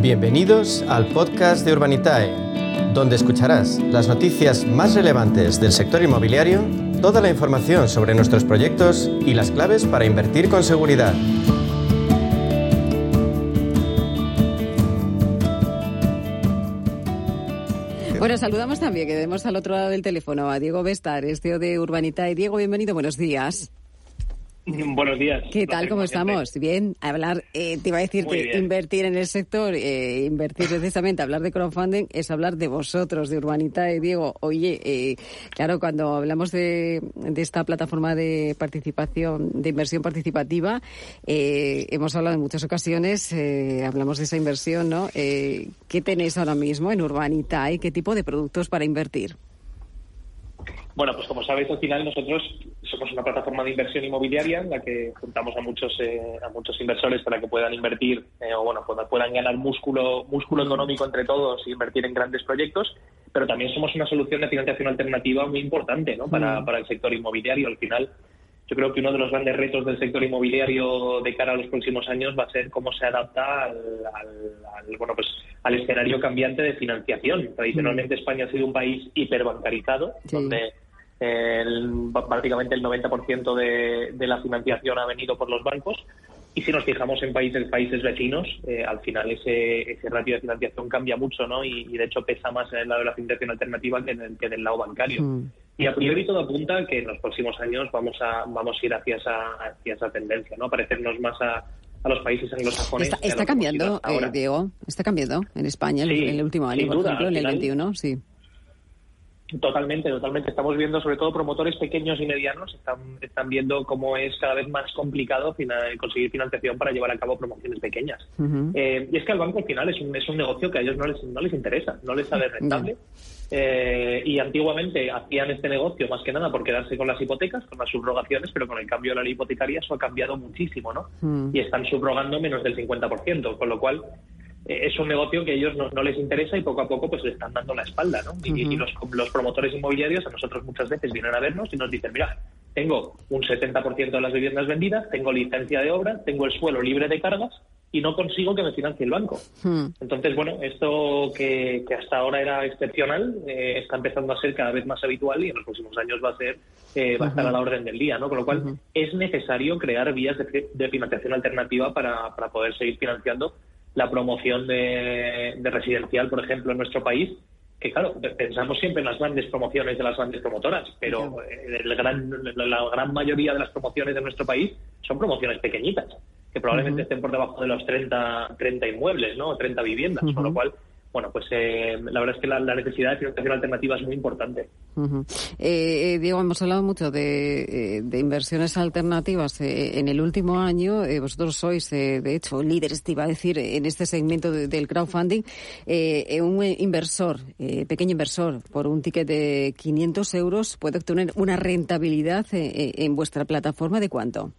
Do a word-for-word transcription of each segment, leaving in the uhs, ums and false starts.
Bienvenidos al podcast de Urbanitae, donde escucharás las noticias más relevantes del sector inmobiliario, toda la información sobre nuestros proyectos y las claves para invertir con seguridad. Bueno, saludamos también, que tenemos al otro lado del teléfono a Diego Bestares, C E O de Urbanitae. Diego, bienvenido, buenos días. Buenos días. ¿Qué tal? ¿Cómo estamos? Bien. Hablar, eh, te iba a decir Muy que bien. Invertir en el sector, eh, invertir precisamente, hablar de crowdfunding, es hablar de vosotros, de Urbanitae. Diego, oye, eh, claro, cuando hablamos de, de esta plataforma de participación, de inversión participativa, eh, hemos hablado en muchas ocasiones, eh, hablamos de esa inversión, ¿no? Eh, ¿Qué tenéis ahora mismo en Urbanitae? ¿Qué tipo de productos para invertir? Bueno, pues como sabéis, al final nosotros somos una plataforma de inversión inmobiliaria en la que juntamos a muchos eh, a muchos inversores para que puedan invertir eh, o bueno puedan, puedan ganar músculo músculo económico entre todos y invertir en grandes proyectos, pero también somos una solución de financiación alternativa muy importante, ¿no? Para, para el sector inmobiliario. Al final, yo creo que uno de los grandes retos del sector inmobiliario de cara a los próximos años va a ser cómo se adapta al, al, al bueno pues al escenario cambiante de financiación. Tradicionalmente España ha sido un país hiperbancarizado, sí. donde el, prácticamente el noventa por ciento de, de la financiación ha venido por los bancos. Y si nos fijamos en países países vecinos, eh, al final ese, ese ratio de financiación cambia mucho, ¿no? Y, y de hecho pesa más en el lado de la financiación alternativa que en el, que en el lado bancario. Mm. Y a priori todo apunta que en los próximos años vamos a vamos a ir hacia esa hacia esa tendencia, ¿no? Parecernos más a, a los países anglosajones. Está, está cambiando, eh, Diego, está cambiando en España sí, en el último año, por duda, ejemplo, en el veintiuno, sí. Totalmente, totalmente. Estamos viendo, sobre todo promotores pequeños y medianos, están, están viendo cómo es cada vez más complicado final, conseguir financiación para llevar a cabo promociones pequeñas. Uh-huh. Eh, y es que al banco al final es un, es un negocio que a ellos no les, no les interesa, no les sale rentable. No. Eh, y antiguamente hacían este negocio más que nada por quedarse con las hipotecas, con las subrogaciones, pero con el cambio de la ley hipotecaria eso ha cambiado muchísimo, ¿no? Uh-huh. Y están subrogando menos del cincuenta por ciento, con lo cual es un negocio que a ellos no, no les interesa y poco a poco pues le están dando la espalda, ¿no? Y, uh-huh. y los, los promotores inmobiliarios a nosotros muchas veces vienen a vernos y nos dicen, mira, tengo un setenta por ciento de las viviendas vendidas, tengo licencia de obra, tengo el suelo libre de cargas y no consigo que me financie el banco. Uh-huh. Entonces, bueno, esto que, que hasta ahora era excepcional eh, está empezando a ser cada vez más habitual y en los próximos años va a ser eh, va a estar uh-huh. a la orden del día, ¿no? Con lo cual uh-huh. es necesario crear vías de, de financiación alternativa para, para poder seguir financiando la promoción de, de residencial, por ejemplo, en nuestro país, que claro, pensamos siempre en las grandes promociones de las grandes promotoras, pero el gran, la gran mayoría de las promociones de nuestro país son promociones pequeñitas, que probablemente uh-huh. estén por debajo de los treinta, treinta inmuebles, ¿no? treinta viviendas, uh-huh. con lo cual, bueno, pues eh, la verdad es que la, la necesidad de financiación alternativa es muy importante. Uh-huh. Eh, eh, Diego, hemos hablado mucho de, eh, de inversiones alternativas eh, en el último año. Eh, vosotros sois, eh, de hecho, líderes, te iba a decir, en este segmento de, del crowdfunding. Eh, un inversor, eh, pequeño inversor, por un ticket de quinientos euros puede obtener una rentabilidad eh, en vuestra plataforma ¿de cuánto?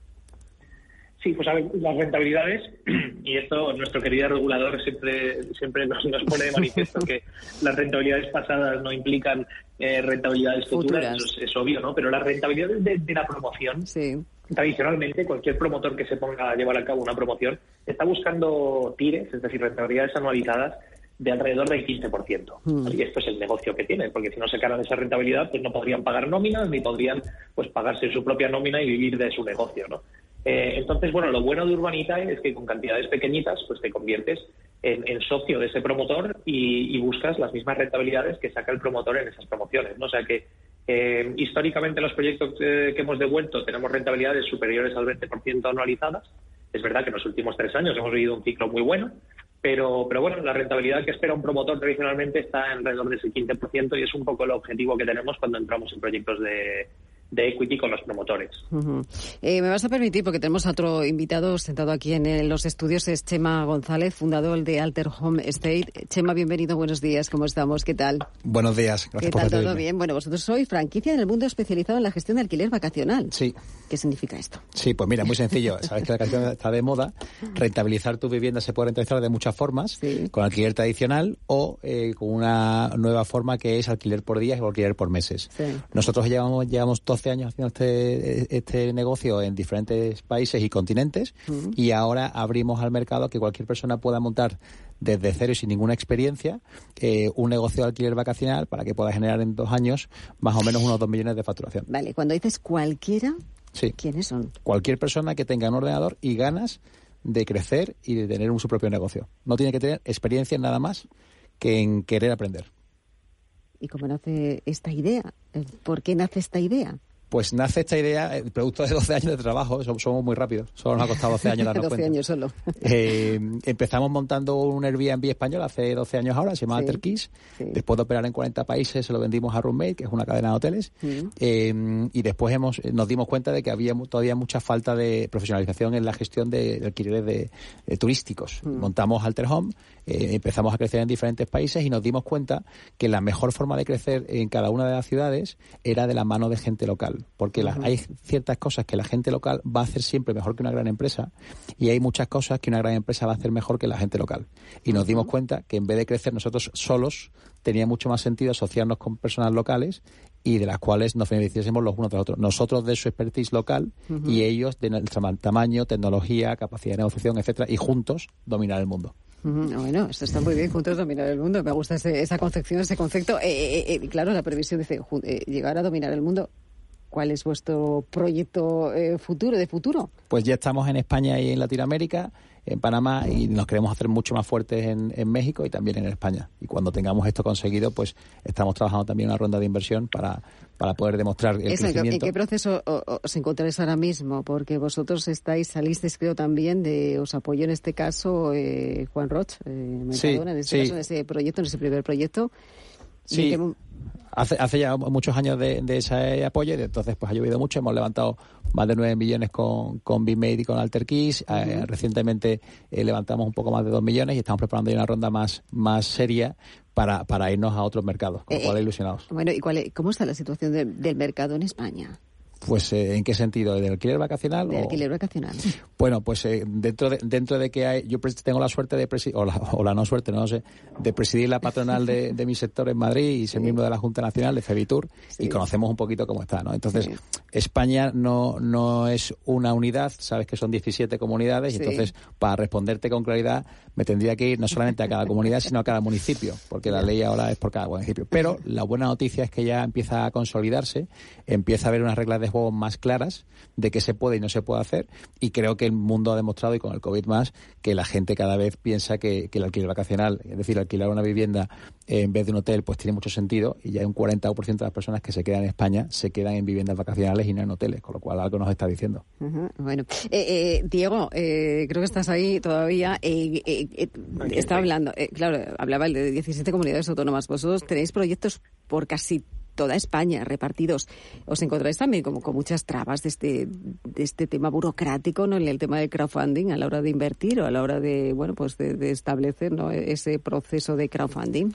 Sí, pues a ver, las rentabilidades, y esto nuestro querido regulador siempre siempre nos, nos pone de manifiesto que las rentabilidades pasadas no implican eh, rentabilidades futuras, futuras. Eso es, es obvio, ¿no? Pero las rentabilidades de, de la promoción, sí. tradicionalmente cualquier promotor que se ponga a llevar a cabo una promoción está buscando tires, es decir, rentabilidades anualizadas de alrededor del quince por ciento. Mm. Y esto es el negocio que tienen, porque si no sacaran esa rentabilidad, pues no podrían pagar nóminas, ni podrían pues pagarse su propia nómina y vivir de su negocio, ¿no? Eh, entonces, bueno, lo bueno de Urbanitae es que con cantidades pequeñitas pues te conviertes en, en socio de ese promotor y, y buscas las mismas rentabilidades que saca el promotor en esas promociones, ¿no? O sea que eh, históricamente en los proyectos eh, que hemos devuelto tenemos rentabilidades superiores al veinte por ciento anualizadas. Es verdad que en los últimos tres años hemos vivido un ciclo muy bueno, pero, pero bueno, la rentabilidad que espera un promotor tradicionalmente está alrededor de ese quince por ciento y es un poco el objetivo que tenemos cuando entramos en proyectos de de equity con los promotores. Uh-huh. Eh, me vas a permitir, porque tenemos a otro invitado sentado aquí en el, los estudios, es Chema González, fundador de Alter Home Estate. Chema, bienvenido, buenos días, ¿cómo estamos? ¿Qué tal? Buenos días, gracias por recibirme. ¿Qué tal? ¿Todo bien? Bueno, vosotros sois franquicia en el mundo especializado en la gestión de alquiler vacacional. Sí. ¿Qué significa esto? Sí, pues mira, muy sencillo. Sabes que la vacación está de moda. Rentabilizar tu vivienda se puede rentabilizar de muchas formas, sí. con alquiler tradicional o eh, con una nueva forma que es alquiler por días o alquiler por meses. Sí. Nosotros llevamos, llevamos doce doce años haciendo este, este negocio en diferentes países y continentes, uh-huh. y ahora abrimos al mercado que cualquier persona pueda montar desde cero y sin ninguna experiencia eh, un negocio de alquiler vacacional para que pueda generar en dos años más o menos unos dos millones de facturación. Vale, cuando dices cualquiera, sí. ¿quiénes son? Cualquier persona que tenga un ordenador y ganas de crecer y de tener un, su propio negocio. No tiene que tener experiencia en nada más que en querer aprender. ¿Y cómo nace esta idea? ¿Por qué nace esta idea? Pues nace esta idea, el producto de doce años de trabajo, somos, somos muy rápidos, solo nos ha costado doce años darnos doce cuenta. años solo. Eh, empezamos montando un Airbnb español hace doce años ahora, se llama sí, Alterkeys, sí. Después de operar en cuarenta países se lo vendimos a Roommate, que es una cadena de hoteles, sí. eh, y después hemos nos dimos cuenta de que había todavía mucha falta de profesionalización en la gestión de, de alquileres de, de turísticos. Sí. Montamos Alterhome, eh, empezamos a crecer en diferentes países y nos dimos cuenta que la mejor forma de crecer en cada una de las ciudades era de la mano de gente local. Porque uh-huh. la, hay ciertas cosas que la gente local va a hacer siempre mejor que una gran empresa y hay muchas cosas que una gran empresa va a hacer mejor que la gente local. Y nos uh-huh. dimos cuenta que en vez de crecer nosotros solos, tenía mucho más sentido asociarnos con personas locales y de las cuales nos beneficiásemos los unos de los otros. Nosotros de su expertise local uh-huh. y ellos de nuestro tamaño, tecnología, capacidad de negociación, etcétera, y juntos dominar el mundo. Bueno, esto está muy bien, juntos dominar el mundo. Me gusta ese, esa concepción, ese concepto. Eh, eh, eh, claro, la previsión dice eh, llegar a dominar el mundo. ¿Cuál es vuestro proyecto eh, futuro, de futuro? Pues ya estamos en España y en Latinoamérica, en Panamá, y nos queremos hacer mucho más fuertes en, en México y también en España. Y cuando tengamos esto conseguido, pues estamos trabajando también en una ronda de inversión para, para poder demostrar el Eso, crecimiento. ¿en qué proceso os encontráis ahora mismo? Porque vosotros estáis, salisteis creo también de, os apoyó en este caso eh, Juan Roch, eh, Mercadona, sí, en este sí. caso, en ese proyecto, en ese primer proyecto. Sí. Hace, hace ya muchos años de, de ese apoyo y entonces pues ha llovido mucho. Hemos levantado más de nueve millones con, con BeMade y con Alterkeys. Uh-huh. Eh, recientemente eh, levantamos un poco más de dos millones y estamos preparando ya una ronda más, más seria para, para irnos a otros mercados, con lo eh, cual ilusionados. Bueno, ¿y cuál es, cómo está la situación de, del mercado en España? Pues, eh, ¿en qué sentido? ¿De alquiler vacacional? De o... alquiler vacacional. Bueno, pues eh, dentro de dentro de que hay... Yo tengo la suerte de presidir, o la, o la no suerte, no sé, de presidir la patronal de, de mi sector en Madrid y ser sí. miembro de la Junta Nacional de Febitur sí. y conocemos un poquito cómo está, ¿no? Entonces, sí. España no no es una unidad, sabes que son diecisiete comunidades sí. y entonces, para responderte con claridad, me tendría que ir no solamente a cada comunidad, sino a cada municipio, porque la ley ahora es por cada municipio. Pero la buena noticia es que ya empieza a consolidarse, empieza a haber unas reglas de juego más claras de qué se puede y no se puede hacer, y creo que el mundo ha demostrado, y con el COVID más, que la gente cada vez piensa que, que el alquiler vacacional, es decir, alquilar una vivienda eh, en vez de un hotel, pues tiene mucho sentido, y ya hay un cuarenta por ciento de las personas que se quedan en España se quedan en viviendas vacacionales y no en hoteles, con lo cual algo nos está diciendo. Uh-huh, bueno, eh, eh, Diego, eh, creo que estás ahí todavía. Eh, eh, eh, está hablando, eh, claro, hablaba el de diecisiete comunidades autónomas. Vosotros tenéis proyectos por casi toda España repartidos. ¿Os encontráis también como con muchas trabas de este de este tema burocrático, no, en el tema del crowdfunding a la hora de invertir o a la hora de, bueno, pues de, de establecer, ¿no?, ese proceso de crowdfunding?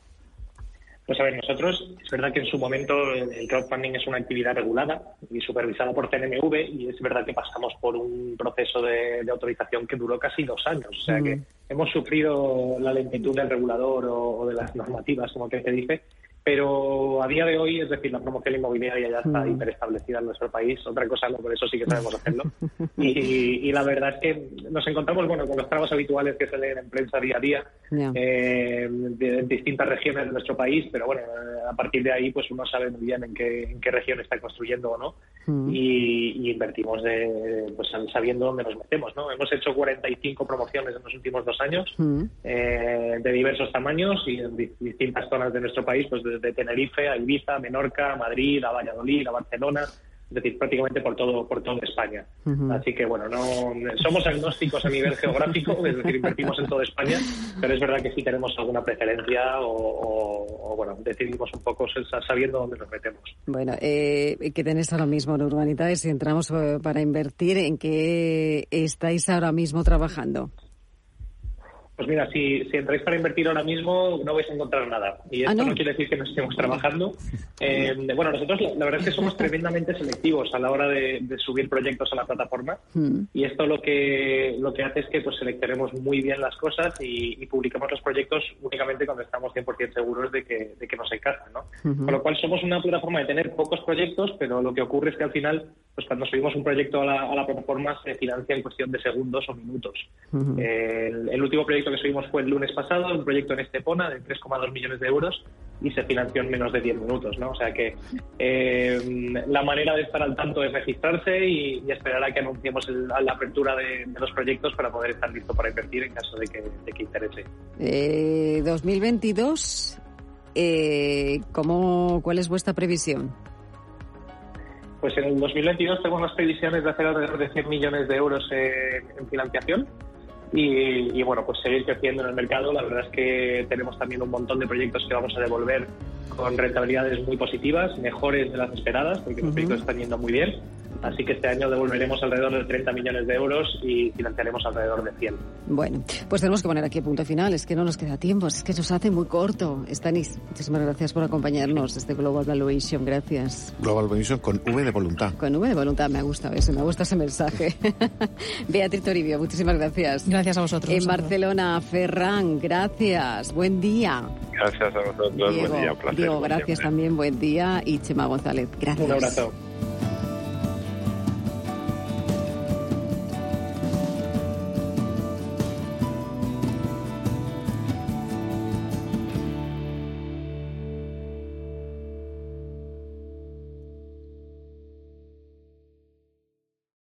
Pues a ver, nosotros, es verdad que en su momento el crowdfunding es una actividad regulada y supervisada por C N M V, y es verdad que pasamos por un proceso de, de autorización que duró casi dos años. O sea mm. que hemos sufrido la lentitud del regulador o, o de las normativas, como que se dice, pero a día de hoy, es decir, la promoción inmobiliaria ya está mm. hiperestablecida en nuestro país. Otra cosa no, por eso sí que sabemos hacerlo. Y, y la verdad es que nos encontramos, bueno, con los trabas habituales que se leen en prensa día a día, yeah. eh, de, de distintas regiones de nuestro país, pero bueno, a partir de ahí pues uno sabe muy bien en qué, en qué región está construyendo o no, mm. y, y invertimos de, pues sabiendo dónde nos metemos, ¿no? Hemos hecho cuarenta y cinco promociones en los últimos dos años, mm. eh, de diversos tamaños y en di- distintas zonas de nuestro país, pues de, de Tenerife a Ibiza, a Menorca, a Madrid, a Valladolid, a Barcelona, es decir, prácticamente por todo por toda España. Uh-huh. Así que, bueno, no somos agnósticos a nivel geográfico, es decir, invertimos en toda España, pero es verdad que sí tenemos alguna preferencia o, o, o bueno, decidimos un poco sabiendo dónde nos metemos. Bueno, eh, ¿qué tenéis ahora mismo en Urbanitae? Si entramos para invertir, ¿en qué estáis ahora mismo trabajando? Pues Pues mira, si, si entráis para invertir ahora mismo, no vais a encontrar nada. Y esto ah, no. no quiere decir que no estemos trabajando. Eh, bueno, nosotros la, la verdad es que somos tremendamente selectivos a la hora de, de subir proyectos a la plataforma. Mm. Y esto lo que lo que hace es que pues seleccionemos muy bien las cosas y, y publicamos los proyectos únicamente cuando estamos cien por ciento seguros de que, de que nos encajan, ¿no? Uh-huh. Con lo cual somos una plataforma de tener pocos proyectos, pero lo que ocurre es que al final, pues cuando subimos un proyecto a la, a la plataforma se financia en cuestión de segundos o minutos. Uh-huh. Eh, el, el último proyecto que subimos fue el lunes pasado, un proyecto en Estepona de tres coma dos millones de euros y se financió en menos de diez minutos, ¿no? O sea que eh, la manera de estar al tanto es registrarse y, y esperar a que anunciemos el, a la apertura de, de los proyectos para poder estar listo para invertir en caso de que, de que interese. Eh, dos mil veintidós, eh, ¿cómo, ¿cuál es vuestra previsión? Pues en el dos mil veintidós tenemos las previsiones de hacer alrededor de cien millones de euros en, en financiación. Y, y bueno, pues seguir creciendo en el mercado. La verdad es que tenemos también un montón de proyectos que vamos a devolver con rentabilidades muy positivas, mejores de las esperadas, porque uh-huh. los proyectos están yendo muy bien. Así que este año devolveremos alrededor de treinta millones de euros y financiaremos alrededor de cien. Bueno, pues tenemos que poner aquí punto final. Es que no nos queda tiempo, es que nos hace muy corto. Stanis, muchísimas gracias por acompañarnos desde Global Valuation. Gracias. Global Valuation con V de voluntad. Con V de voluntad, me ha gustado eso, me gusta ese mensaje. Beatriz Toribio, muchísimas gracias. Gracias a vosotros. En Barcelona, Ferran, gracias. Buen día. Gracias a vosotros. Diego, buen día, un placer. Diego, gracias siempre. También, buen día. Y Chema González, gracias. Un abrazo.